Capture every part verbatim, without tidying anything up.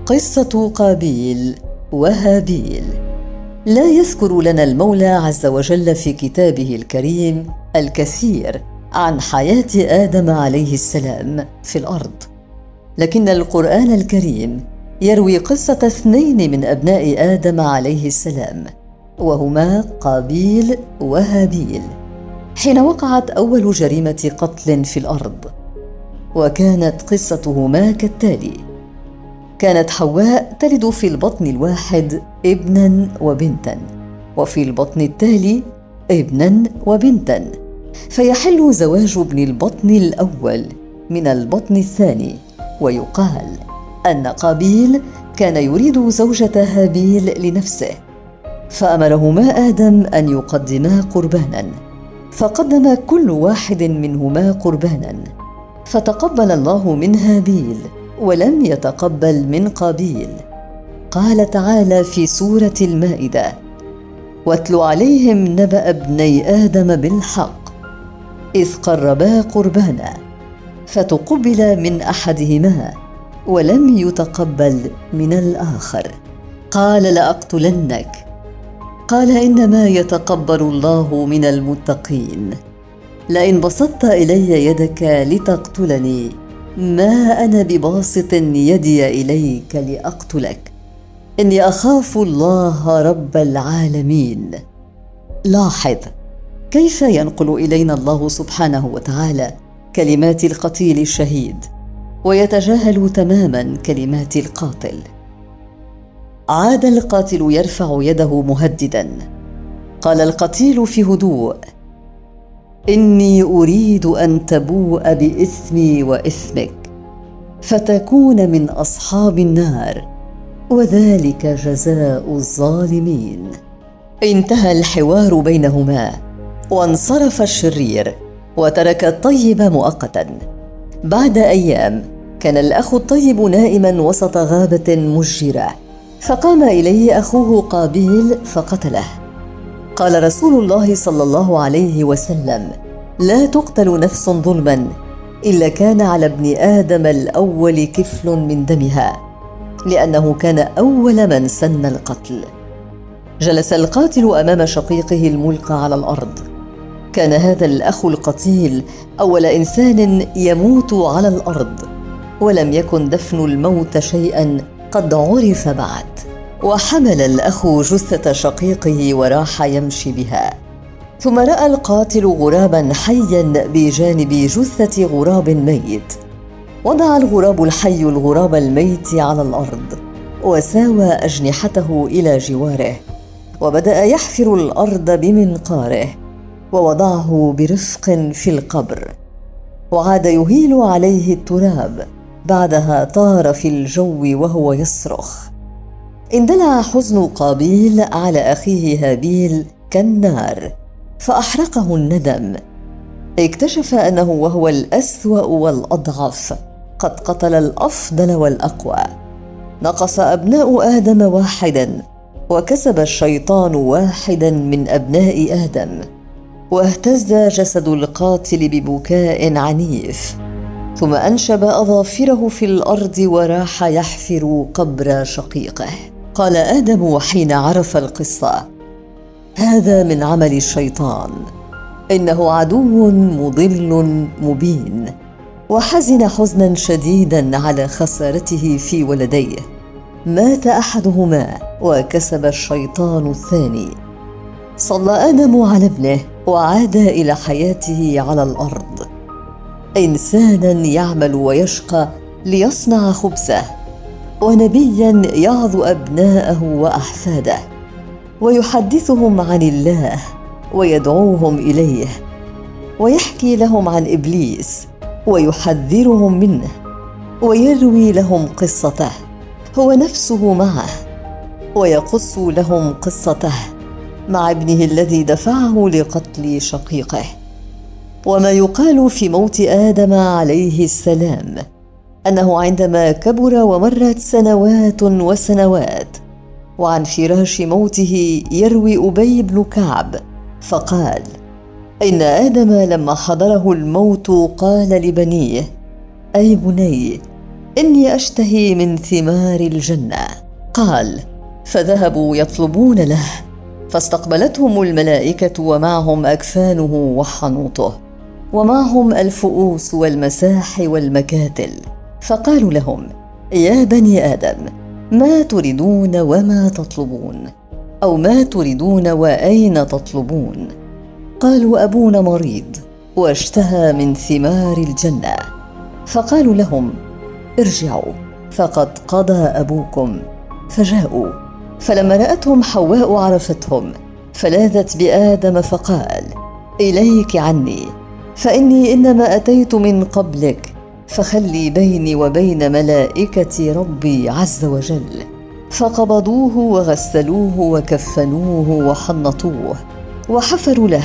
قصة قابيل وهابيل. لا يذكر لنا المولى عز وجل في كتابه الكريم الكثير عن حياة آدم عليه السلام في الأرض، لكن القرآن الكريم يروي قصة اثنين من أبناء آدم عليه السلام، وهما قابيل وهابيل، حين وقعت أول جريمة قتل في الأرض. وكانت قصتهما كالتالي: كانت حواء تلد في البطن الواحد ابنا وبنتا، وفي البطن التالي ابنا وبنتا، فيحل زواج ابن البطن الأول من البطن الثاني. ويقال أن قابيل كان يريد زوجة هابيل لنفسه، فأمرهما آدم أن يقدما قربانا، فقدم كل واحد منهما قربانا، فتقبل الله من هابيل ولم يتقبل من قابيل. قال تعالى في سورة المائدة: واتل عليهم نبأ ابني آدم بالحق إذ قربا قربانا فتقبل من أحدهما ولم يتقبل من الآخر، قال لأقتلنك، قال إنما يتقبل الله من المتقين، لئن بسطت إلي يدك لتقتلني ما أنا بباسط يدي إليك لأقتلك، إني أخاف الله رب العالمين. لاحظ كيف ينقل إلينا الله سبحانه وتعالى كلمات القتيل الشهيد ويتجاهل تماما كلمات القاتل. عاد القاتل يرفع يده مهددا. قال القتيل في هدوء: إني أريد أن تبوء بإثمي وإثمك فتكون من أصحاب النار، وذلك جزاء الظالمين. انتهى الحوار بينهما، وانصرف الشرير وترك الطيب مؤقتا. بعد أيام كان الأخ الطيب نائما وسط غابة مجرة، فقام إليه أخوه قابيل فقتله. قال رسول الله صلى الله عليه وسلم: لا تقتل نفس ظلما إلا كان على ابن آدم الأول كفل من دمها، لأنه كان أول من سن القتل. جلس القاتل أمام شقيقه الملقى على الأرض. كان هذا الأخ القتيل أول إنسان يموت على الأرض، ولم يكن دفن الموت شيئا قد عرف بعد. وحمل الأخ جثة شقيقه وراح يمشي بها، ثم رأى القاتل غرابا حيا بجانب جثة غراب ميت. وضع الغراب الحي الغراب الميت على الأرض، وساوى أجنحته إلى جواره، وبدأ يحفر الأرض بمنقاره، ووضعه برفق في القبر، وعاد يهيل عليه التراب. بعدها طار في الجو وهو يصرخ. اندلع حزن قابيل على أخيه هابيل كالنار، فأحرقه الندم. اكتشف أنه وهو الأسوأ والأضعف قد قتل الأفضل والأقوى. نقص أبناء آدم واحدا، وكسب الشيطان واحدا من أبناء آدم، واهتز جسد القاتل ببكاء عنيف، ثم أنشب أظافره في الأرض وراح يحفر قبر شقيقه. قال آدم حين عرف القصة: هذا من عمل الشيطان، إنه عدو مضل مبين. وحزن حزنا شديدا على خسارته في ولديه. مات أحدهما وكسب الشيطان الثاني. صلى آدم على ابنه وعاد إلى حياته على الأرض، إنسانا يعمل ويشقى ليصنع خبزه، ونبيا يعظ أبناءه وأحفاده، ويحدثهم عن الله ويدعوهم إليه، ويحكي لهم عن إبليس ويحذرهم منه، ويروي لهم قصته هو نفسه معه، ويقص لهم قصته مع ابنه الذي دفعه لقتل شقيقه. وما يقال في موت آدم عليه السلام أنه عندما كبر ومرت سنوات وسنوات، وعن فراش موته يروي أبي بن كعب فقال: إن آدم لما حضره الموت قال لبنيه: أي بني، إني أشتهي من ثمار الجنة. قال: فذهبوا يطلبون له، فاستقبلتهم الملائكة ومعهم أكفانه وحنوطه، ومعهم الفؤوس والمساح والمكاتل، فقالوا لهم: يا بني آدم، ما تريدون وما تطلبون؟ أو ما تريدون وأين تطلبون؟ قالوا: أبونا مريض واشتهى من ثمار الجنة. فقالوا لهم: ارجعوا فقد قضى أبوكم. فجاءوا، فلما رأتهم حواء عرفتهم، فلاذت بآدم فقال: إليك عني، فإني إنما أتيت من قبلك، فخلي بيني وبين ملائكة ربي عز وجل. فقبضوه وغسلوه وكفنوه وحنطوه وحفروا له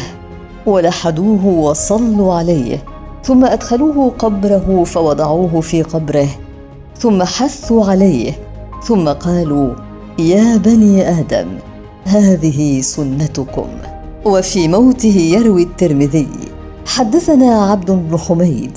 ولحدوه وصلوا عليه، ثم أدخلوه قبره فوضعوه في قبره، ثم حثوا عليه، ثم قالوا: يا بني آدم، هذه سنتكم. وفي موته يروي الترمذي: حدثنا عبد بن حميد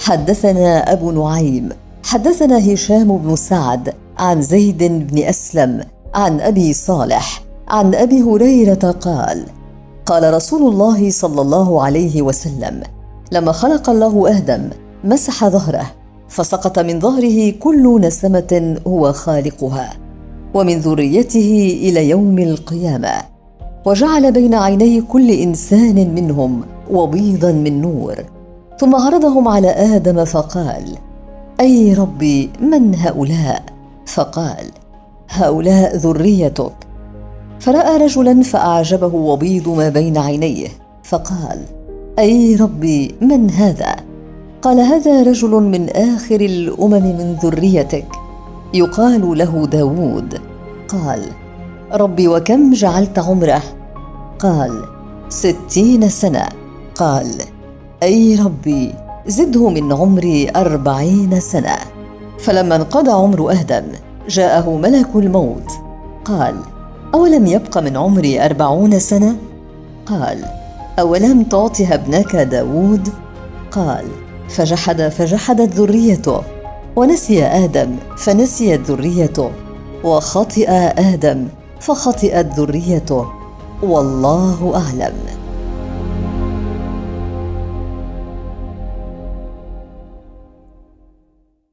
حدثنا أبو نعيم حدثنا هشام بن سعد عن زيد بن أسلم عن أبي صالح عن أبي هريرة قال: قال رسول الله صلى الله عليه وسلم: لما خلق الله آدم مسح ظهره، فسقط من ظهره كل نسمة هو خالقها، ومن ذريته إلى يوم القيامة، وجعل بين عيني كل إنسان منهم وبيضا من نور، ثم عرضهم على آدم فقال: أي ربي، من هؤلاء؟ فقال: هؤلاء ذريتك. فرأى رجلا فأعجبه وبيض ما بين عينيه، فقال: أي ربي، من هذا؟ قال: هذا رجل من آخر الأمم من ذريتك، يقال له داود. قال: ربي، وكم جعلت عمره؟ قال: ستين سنة. قال: أي ربي، زده من عمري أربعين سنة. فلما انقضى عمر آدم جاءه ملك الموت، قال: أولم يبق من عمري أربعون سنة؟ قال: أولم تعطها ابنك داود؟ قال: فجحد فجحدت ذريته، ونسي آدم فنسيت ذريته، وخطئ آدم فخطئت ذريته، والله أعلم.